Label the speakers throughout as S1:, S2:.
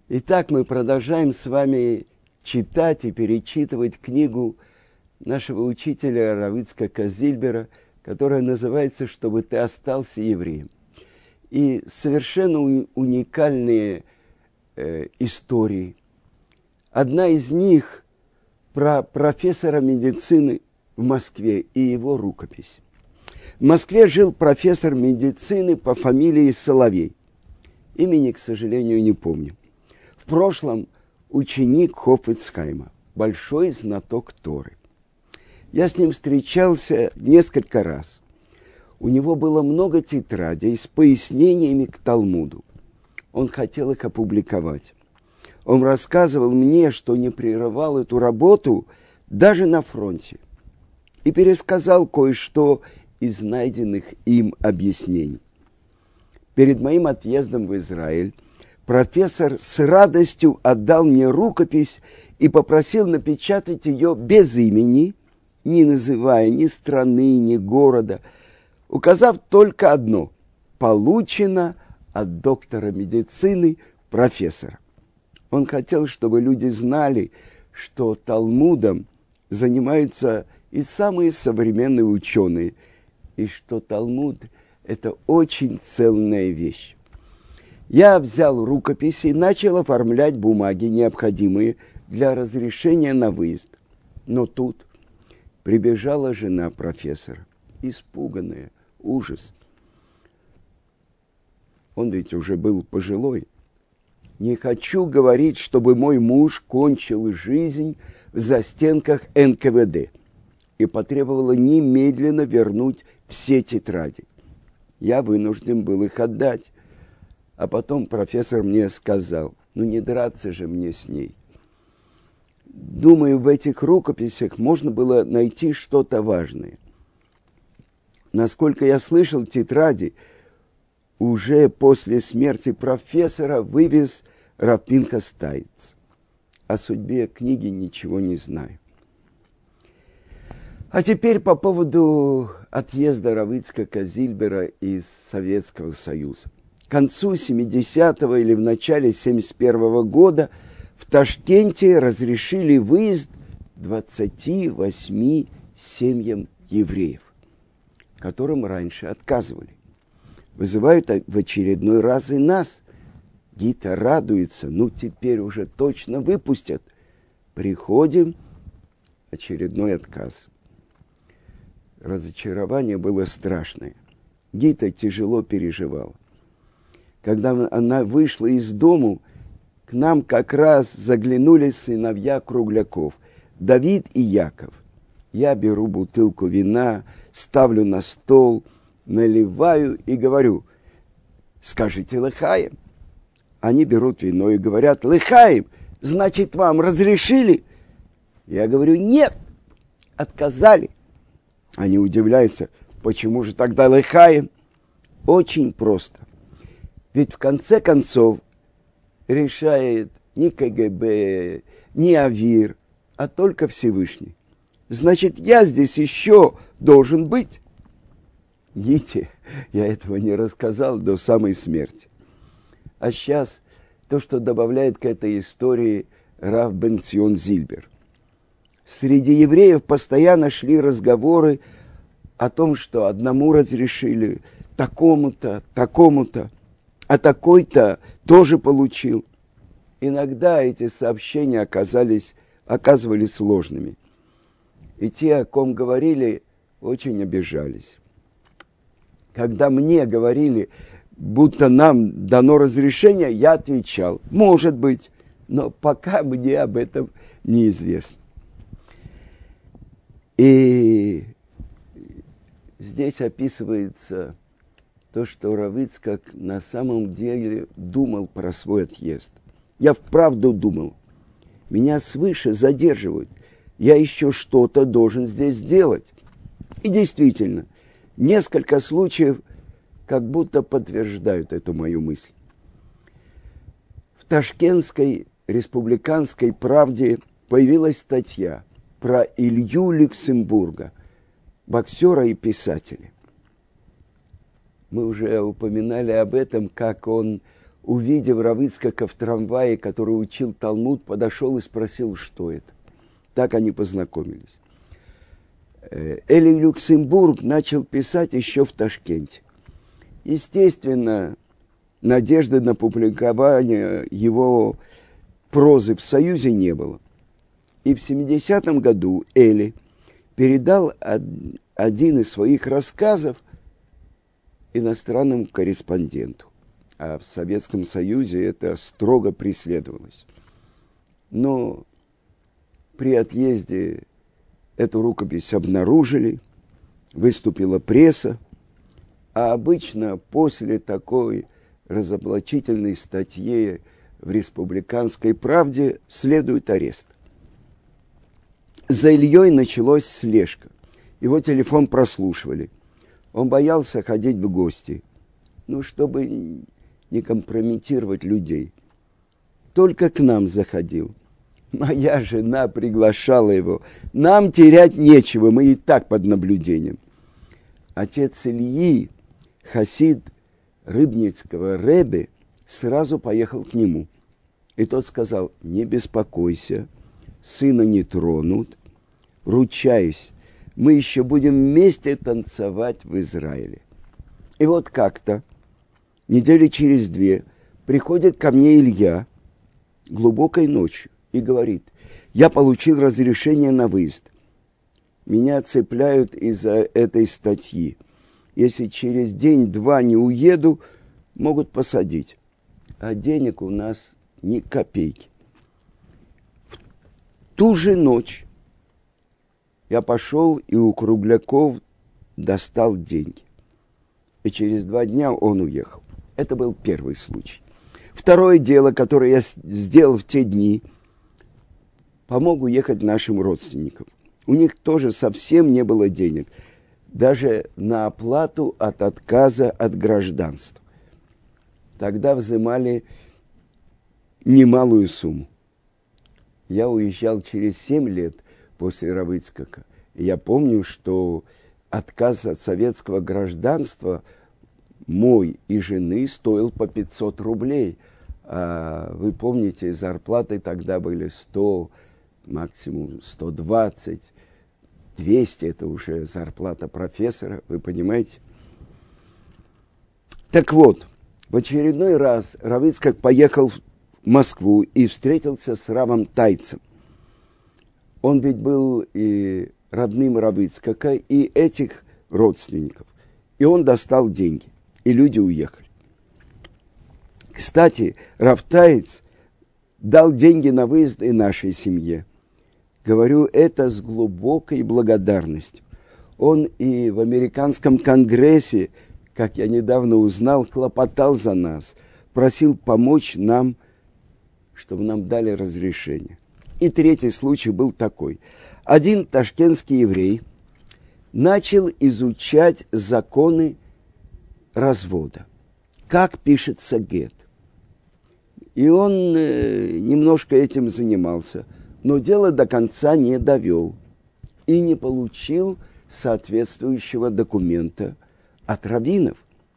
S1: Итак, мы продолжаем с вами читать и перечитывать книгу нашего учителя Рава Ицхака Зильбера, которая называется «Чтобы ты остался евреем». И совершенно уникальные истории. Одна из них про профессора медицины в Москве и его рукопись. В Москве жил профессор медицины по фамилии Соловей. Имени, к сожалению, не помню. В прошлом ученик Хофицхайма, большой знаток Торы. Я с ним встречался несколько раз. У него было много тетрадей с пояснениями к Талмуду. Он хотел их опубликовать. Он рассказывал мне, что не прерывал эту работу даже на фронте. И пересказал кое-что из найденных им объяснений. Перед моим отъездом в Израиль профессор с радостью отдал мне рукопись и попросил напечатать ее без имени, не называя ни страны, ни города, указав только одно – получено от доктора медицины профессора. Он хотел, чтобы люди знали, что Талмудом занимаются и самые современные ученые, и что Талмуд – это очень ценная вещь. Я взял рукопись и начал оформлять бумаги, необходимые для разрешения на выезд. Но тут прибежала жена профессора, испуганная, ужас. Он ведь уже был пожилой. Не хочу говорить, чтобы мой муж кончил жизнь в застенках НКВД и потребовала немедленно вернуть все тетради. Я вынужден был их отдать. А потом профессор мне сказал, не драться же мне с ней. Думаю, в этих рукописях можно было найти что-то важное. Насколько я слышал, тетради уже после смерти профессора вывез Рав Пинхас Тайц. О судьбе книги ничего не знаю. А теперь по поводу отъезда Рава Ицхака Зильбера из Советского Союза. К концу 70-го или в начале 71-го года в Ташкенте разрешили выезд 28 семьям евреев, которым раньше отказывали. Вызывают в очередной раз и нас. Гита радуется, теперь уже точно выпустят. Приходим, очередной отказ. Разочарование было страшное. Гита тяжело переживала. Когда она вышла из дому, к нам как раз заглянули сыновья Кругляков, Давид и Яков. Я беру бутылку вина, ставлю на стол, наливаю и говорю, скажите лыхаем. Они берут вино и говорят, лыхаем, значит, вам разрешили? Я говорю, нет, отказали. Они удивляются, почему же тогда лыхаем? Очень просто. Ведь в конце концов решает не КГБ, не АВИР, а только Всевышний. Значит, я здесь еще должен быть. Видите, я этого не рассказал до самой смерти. А сейчас то, что добавляет к этой истории Рав Бен-Цион Зильбер. Среди евреев постоянно шли разговоры о том, что одному разрешили, такому-то, такому-то, а такой-то тоже получил. Иногда эти сообщения оказывались сложными. И те, о ком говорили, очень обижались. Когда мне говорили, будто нам дано разрешение, я отвечал, может быть, но пока мне об этом неизвестно. И здесь описывается то, что Рав Ицхак на самом деле думал про свой отъезд. Я вправду думал, меня свыше задерживают, я еще что-то должен здесь сделать. И действительно, несколько случаев как будто подтверждают эту мою мысль. В Ташкентской республиканской правде появилась статья про Илью Люксембурга, боксера и писателя. Мы уже упоминали об этом, как он увидев Рав Ицхака в трамвае, который учил Талмуд, подошел и спросил, что это. Так они познакомились. Эли Люксембург начал писать еще в Ташкенте. Естественно, надежды на публикование его прозы в Союзе не было. И в 70-м году Эли передал один из своих рассказов иностранному корреспонденту. А в Советском Союзе это строго преследовалось. Но при отъезде эту рукопись обнаружили, выступила пресса, а обычно после такой разоблачительной статьи в «Республиканской правде» следует арест. За Ильей началась слежка. Его телефон прослушивали. Он боялся ходить в гости, чтобы не компрометировать людей. Только к нам заходил. Моя жена приглашала его. Нам терять нечего, мы и так под наблюдением. Отец Ильи, хасид Рыбницкого ребе, сразу поехал к нему. И тот сказал: не беспокойся, сына не тронут, ручаюсь, мы еще будем вместе танцевать в Израиле. И вот как-то, недели через 2, приходит ко мне Илья глубокой ночью и говорит: я получил разрешение на выезд. Меня цепляют из-за этой статьи. Если через день-два не уеду, могут посадить. А денег у нас ни копейки. В ту же ночь я пошел и у Кругляков достал деньги. И через 2 дня он уехал. Это был первый случай. Второе дело, которое я сделал в те дни, помог уехать нашим родственникам. У них тоже совсем не было денег, даже на оплату от отказа от гражданства. Тогда взимали немалую сумму. Я уезжал через 7 лет после Рава Ицхака. И я помню, что отказ от советского гражданства мой и жены стоил по 500 рублей. А вы помните, зарплаты тогда были 100, максимум 120, 200, это уже зарплата профессора, вы понимаете? Так вот, в очередной раз Рав Ицхак поехал в Москву и встретился с Равом Тайцем. Он ведь был и родным Рава Ицхака, и этих родственников. И он достал деньги, и люди уехали. Кстати, Рав Тайц дал деньги на выезд и нашей семье. Говорю это с глубокой благодарностью. Он и в американском конгрессе, как я недавно узнал, хлопотал за нас, просил помочь нам, чтобы нам дали разрешение. И третий случай был такой. Один ташкентский еврей начал изучать законы развода. Как пишется гет. И он немножко этим занимался, но дело до конца не довел и не получил соответствующего документа от раввинов.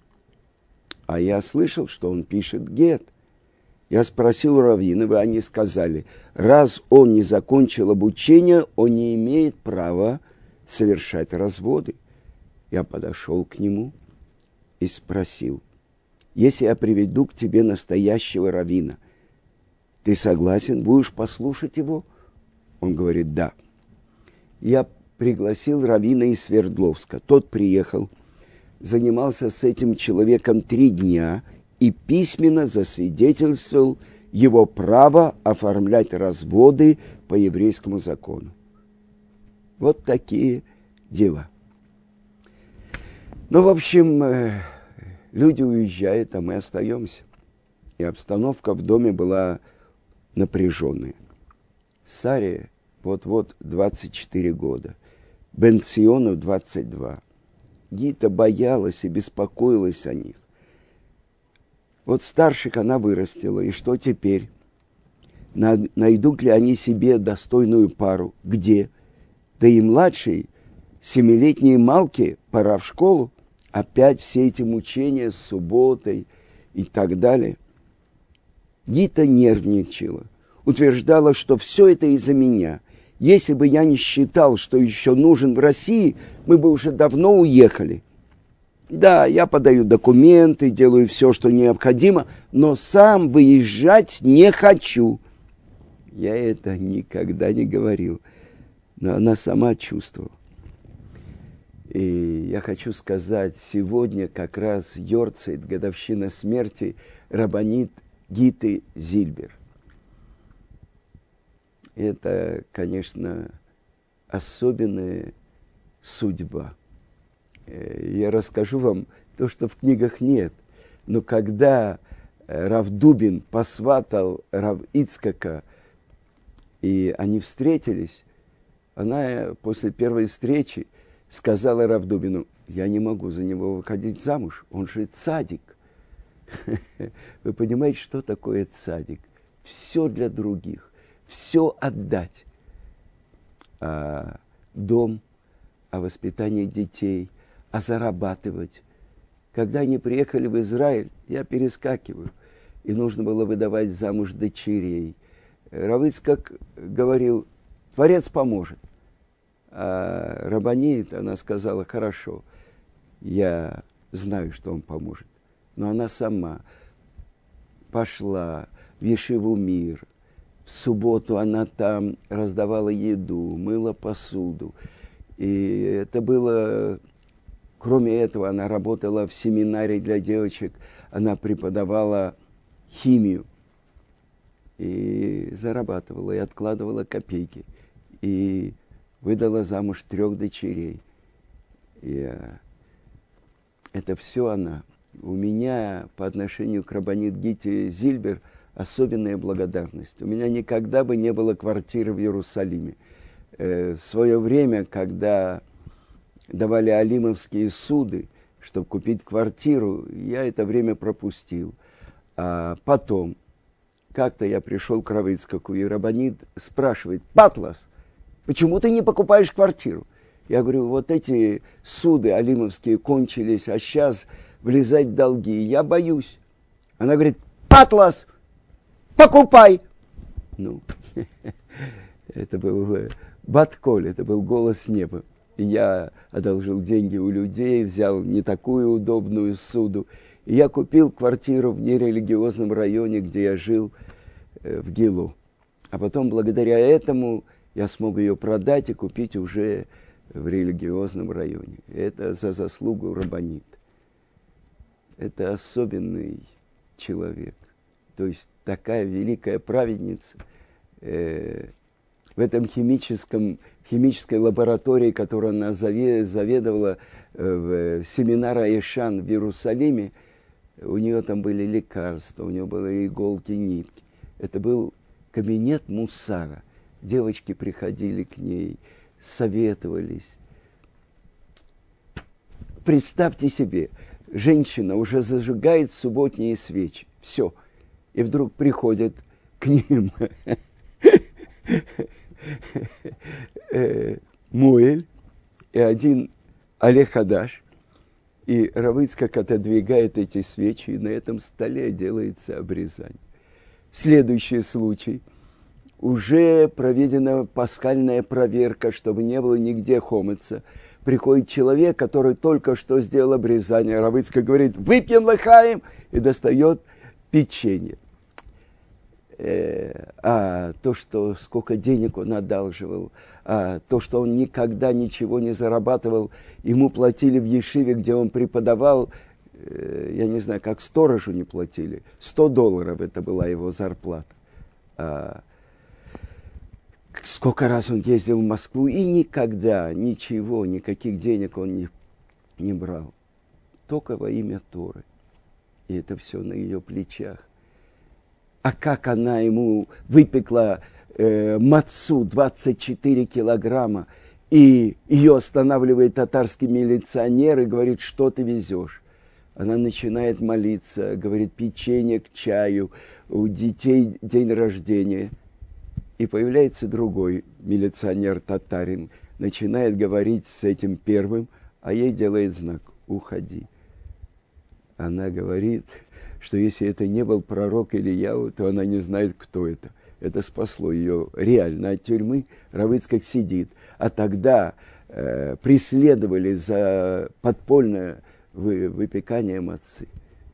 S1: А я слышал, что он пишет гет. Я спросил у раввинов, и они сказали: раз он не закончил обучение, он не имеет права совершать разводы. Я подошел к нему и спросил: если я приведу к тебе настоящего раввина, ты согласен, будешь послушать его? Он говорит: да. Я пригласил раввина из Свердловска. Тот приехал, занимался с этим человеком 3 дня и письменно засвидетельствовал его право оформлять разводы по еврейскому закону. Вот такие дела. Ну, в общем, люди уезжают, а мы остаемся. И обстановка в доме была напряженная. Саре вот-вот 24 года. Бенциону 22. Гита боялась и беспокоилась о них. Вот старших она вырастила, и что теперь? Найдут ли они себе достойную пару? Где? Да и младшей, 7-летней Малке, пора в школу. Опять все эти мучения с субботой и так далее. Гита нервничала, утверждала, что все это из-за меня. Если бы я не считал, что еще нужен в России, мы бы уже давно уехали. Да, я подаю документы, делаю все, что необходимо, но сам выезжать не хочу. Я это никогда не говорил, но она сама чувствовала. И я хочу сказать, сегодня как раз йорцейт, годовщина смерти рабанит Гиты Зильбер. Это, конечно, особенная судьба. Я расскажу вам то, что в книгах нет. Но когда Рав Дубин посватал Рав Ицкака, и они встретились, она после первой встречи сказала Рав Дубину: я не могу за него выходить замуж, он же цадик. Вы понимаете, что такое цадик? Все для других, все отдать. А дом, о воспитании детей, а зарабатывать. Когда они приехали в Израиль, я перескакиваю, и нужно было выдавать замуж дочерей. Рав Ицкак говорил: Творец поможет. А рабанит, она сказала: хорошо, я знаю, что он поможет. Но она сама пошла в Ешиву Мир. В субботу она там раздавала еду, мыла посуду. И это было... Кроме этого, она работала в семинаре для девочек. Она преподавала химию. И зарабатывала, и откладывала копейки. И выдала замуж 3 дочерей. И это все она. У меня по отношению к рабанит Гите Зильбер особенная благодарность. У меня никогда бы не было квартиры в Иерусалиме. В свое время, когда давали алимовские суды, чтобы купить квартиру, я это время пропустил. А потом, как-то я пришел к Рав Ицкаку, и рабанит спрашивает: Патлас, почему ты не покупаешь квартиру? Я говорю: вот эти суды алимовские кончились, а сейчас влезать в долги, я боюсь. Она говорит: Патлас, покупай! Ну, это был Бат-Коль, это был голос неба. И я одолжил деньги у людей, взял не такую удобную суду. И я купил квартиру в нерелигиозном районе, где я жил, в Гилу. А потом, благодаря этому, я смог ее продать и купить уже в религиозном районе. Это за заслугу рабанит. Это особенный человек. То есть такая великая праведница в этом химической лаборатории, которую она заведовала в семинар Аишан в Иерусалиме, у нее там были лекарства, у нее были иголки, нитки. Это был кабинет муссара. Девочки приходили к ней, советовались. Представьте себе, женщина уже зажигает субботние свечи. Все. И вдруг приходят к ним Муэль и один Олег Хадаш. И Рав Ицкак отодвигает эти свечи, и на этом столе делается обрезание. Следующий случай. Уже проведена пасхальная проверка, чтобы не было нигде хомыца. Приходит человек, который только что сделал обрезание. Рав Ицкак говорит: выпьем лахаим, и достает печенье. А то, что сколько денег он одалживал, а то, что он никогда ничего не зарабатывал, ему платили в Ешиве, где он преподавал, я не знаю, как сторожу не платили, $100 это была его зарплата. Сколько раз он ездил в Москву, и никогда ничего, никаких денег он не брал. Только во имя Торы. И это все на ее плечах. А как она ему выпекла мацу 24 килограмма, и ее останавливает татарский милиционер и говорит: что ты везешь? Она начинает молиться, говорит: печенье к чаю, у детей день рождения. И появляется другой милиционер-татарин, начинает говорить с этим первым, а ей делает знак: уходи. Она говорит, что если это не был пророк Ильяу, то она не знает, кто это. Это спасло ее реально от тюрьмы. Рав Ицхак сидит. А тогда преследовали за подпольное выпекание мацы.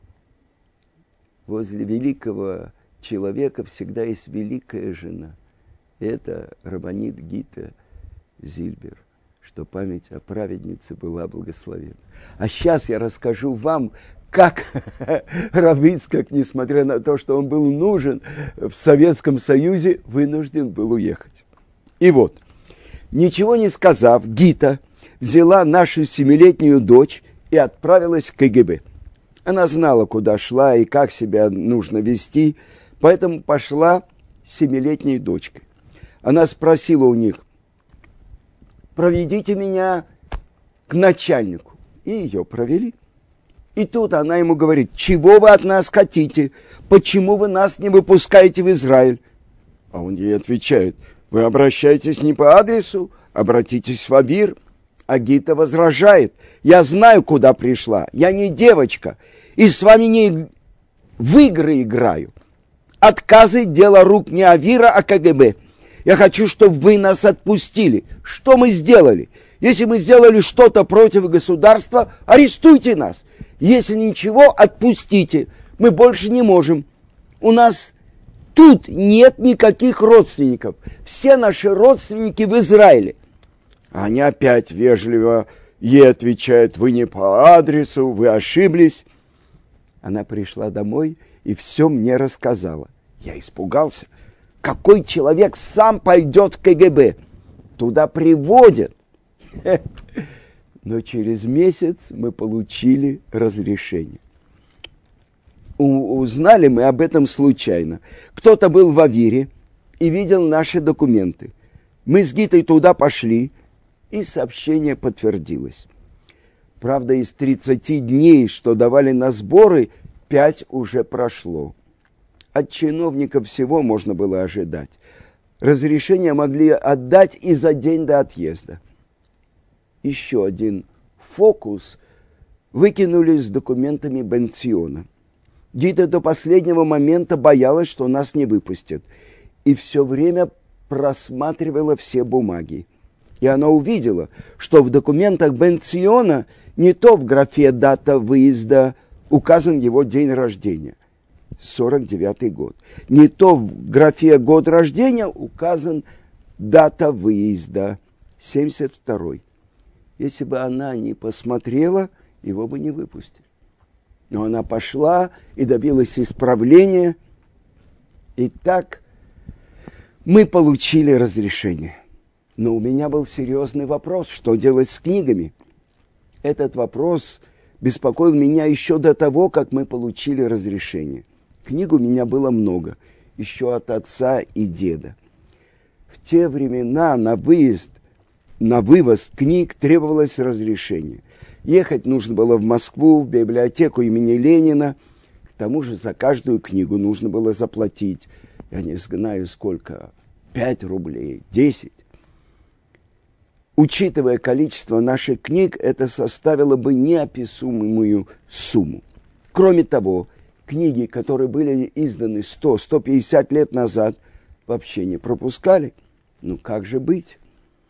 S1: Возле великого человека всегда есть великая жена. Это рабанит Гита Зильбер, что память о праведнице была благословена. А сейчас я расскажу вам, как Рав Ицхак, несмотря на то, что он был нужен в Советском Союзе, вынужден был уехать. И вот, ничего не сказав, Гита взяла нашу 7-летнюю дочь и отправилась в КГБ. Она знала, куда шла и как себя нужно вести, поэтому пошла с 7-летней дочкой. Она спросила у них: проведите меня к начальнику. И ее провели. И тут она ему говорит: чего вы от нас хотите? Почему вы нас не выпускаете в Израиль? А он ей отвечает: вы обращаетесь не по адресу, обратитесь в Авир. А Гита возражает: я знаю, куда пришла, я не девочка, и с вами не в игры играю. Отказы – дело рук не Авира, а КГБ. Я хочу, чтобы вы нас отпустили. Что мы сделали? Если мы сделали что-то против государства, арестуйте нас. Если ничего, отпустите. Мы больше не можем. У нас тут нет никаких родственников. Все наши родственники в Израиле. Они опять вежливо ей отвечают: вы не по адресу, вы ошиблись. Она пришла домой и все мне рассказала. Я испугался. Какой человек сам пойдет в КГБ? Туда приводят. Но через месяц мы получили разрешение. Узнали мы об этом случайно. Кто-то был в Авире и видел наши документы. Мы с Гитой туда пошли, и сообщение подтвердилось. Правда, из 30 дней, что давали на сборы, 5 уже прошло. От чиновников всего можно было ожидать. Разрешение могли отдать и за день до отъезда. Еще один фокус выкинули с документами Бен-Циона. Гита до последнего момента боялась, что нас не выпустят. И все время просматривала все бумаги. И она увидела, что в документах Бен-Циона не то в графе «дата выезда» указан его день рождения, 49-й год, не то в графе «год рождения» указан дата выезда, 72-й. Если бы она не посмотрела, его бы не выпустили. Но она пошла и добилась исправления. И так мы получили разрешение. Но у меня был серьезный вопрос, что делать с книгами. Этот вопрос беспокоил меня еще до того, как мы получили разрешение. Книг у меня было много, еще от отца и деда. В те времена на вывоз книг требовалось разрешение. Ехать нужно было в Москву, в библиотеку имени Ленина. К тому же за каждую книгу нужно было заплатить, я не знаю сколько, 5 рублей, 10. Учитывая количество наших книг, это составило бы неописуемую сумму. Кроме того, книги, которые были изданы 100-150 лет назад, вообще не пропускали. Ну как же быть?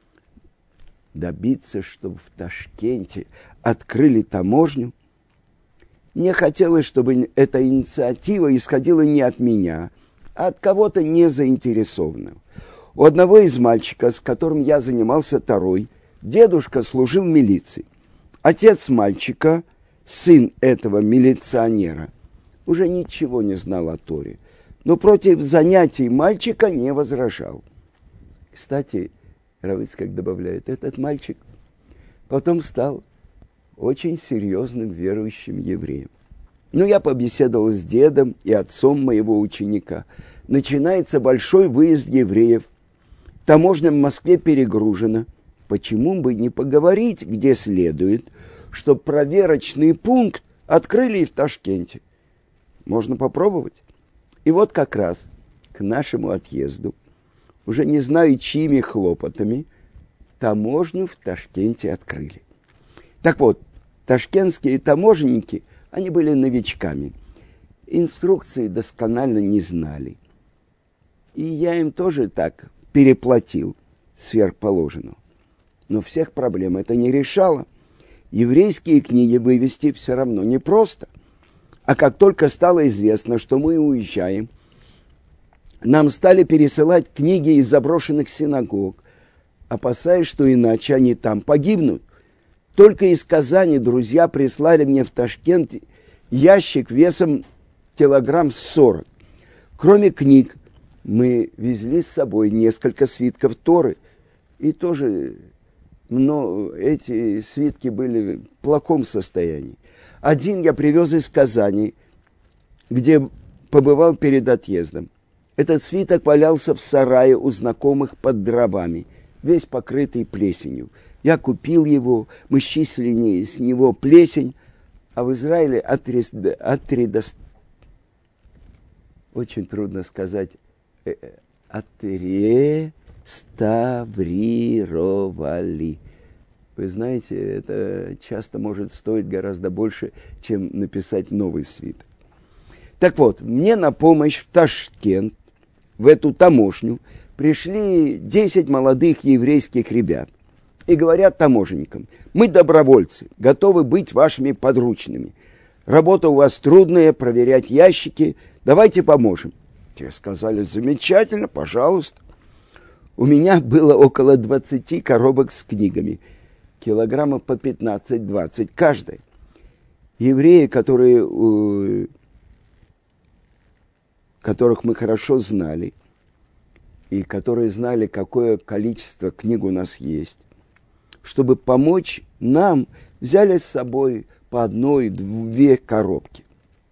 S1: Добиться, чтобы в Ташкенте открыли таможню. Мне хотелось, чтобы эта инициатива исходила не от меня, а от кого-то не заинтересованного. У одного из мальчиков, с которым я занимался Торой, дедушка служил в милиции. Отец мальчика, сын этого милиционера, уже ничего не знал о Торе, но против занятий мальчика не возражал. Кстати, Рав Ицхак добавляет, этот мальчик потом стал очень серьезным верующим евреем. Но я побеседовал с дедом и отцом моего ученика. Начинается большой выезд евреев. Таможня в Москве перегружена. Почему бы не поговорить, где следует, чтобы проверочный пункт открыли и в Ташкенте? Можно попробовать. И вот как раз к нашему отъезду, уже не знаю чьими хлопотами, таможню в Ташкенте открыли. Так вот, ташкентские таможенники, они были новичками. инструкции досконально не знали. И я им тоже так переплатил сверхположенного. Но всех проблем это не решало. Еврейские книги вывести все равно непросто. А как только стало известно, что мы уезжаем, нам стали пересылать книги из заброшенных синагог, опасаясь, что иначе они там погибнут. Только из Казани друзья прислали мне в Ташкент ящик весом килограмм 40. Кроме книг, мы везли с собой несколько свитков Торы. И тоже эти свитки были в плохом состоянии. Один я привез из Казани, где побывал перед отъездом. Этот свиток валялся в сарае у знакомых под дровами, весь покрытый плесенью. Я купил его, мы счислили с него плесень, а в Израиле очень трудно сказать, отреставрировали. Вы знаете, это часто может стоить гораздо больше, чем написать новый свиток. Так вот, мне на помощь в Ташкент, в эту таможню, пришли 10 молодых еврейских ребят. И говорят таможенникам: мы добровольцы, готовы быть вашими подручными. Работа у вас трудная, проверять ящики, давайте поможем. Те сказали: замечательно, пожалуйста. У меня было около 20 коробок с книгами, килограммов по 15-20 каждой. Евреи, которых мы хорошо знали, и которые знали, какое количество книг у нас есть, чтобы помочь нам, взяли с собой по 1-2 коробки.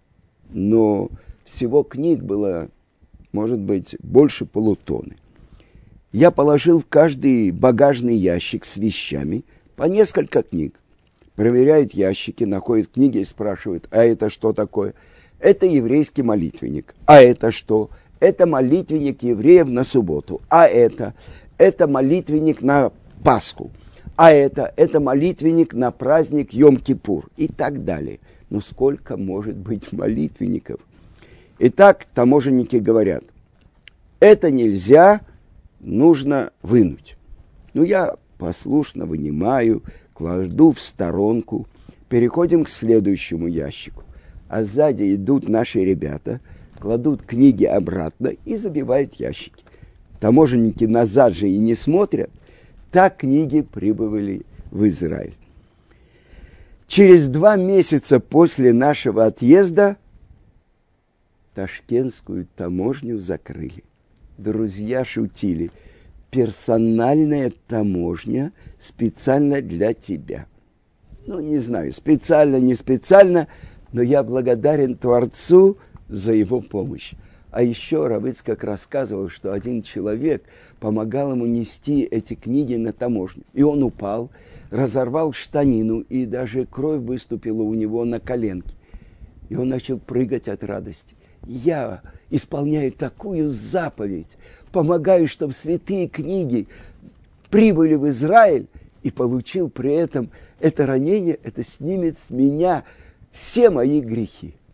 S1: Но всего книг было, может быть, больше полутонны. Я положил в каждый багажный ящик с вещами по несколько книг. Проверяют ящики, находят книги и спрашивают: а это что такое? Это еврейский молитвенник. А это что? Это молитвенник евреев на субботу. А это молитвенник на Пасху. А это молитвенник на праздник Йом-Кипур. И так далее. Но сколько может быть молитвенников? Итак, таможенники говорят: это нельзя, нужно вынуть. Я послушно вынимаю, кладу в сторонку, переходим к следующему ящику. А сзади идут наши ребята, кладут книги обратно и забивают ящики. Таможенники назад же и не смотрят. Так книги прибыли в Израиль. Через 2 месяца после нашего отъезда ташкентскую таможню закрыли. Друзья шутили: персональная таможня специально для тебя. Не знаю, специально, не специально, но я благодарен Творцу за его помощь. А еще Рав Ицхак рассказывал, что один человек помогал ему нести эти книги на таможню. И он упал, разорвал штанину, и даже кровь выступила у него на коленке. И он начал прыгать от радости. Я исполняю такую заповедь, помогаю, чтобы святые книги прибыли в Израиль, и получил при этом это ранение, это снимет с меня все мои грехи.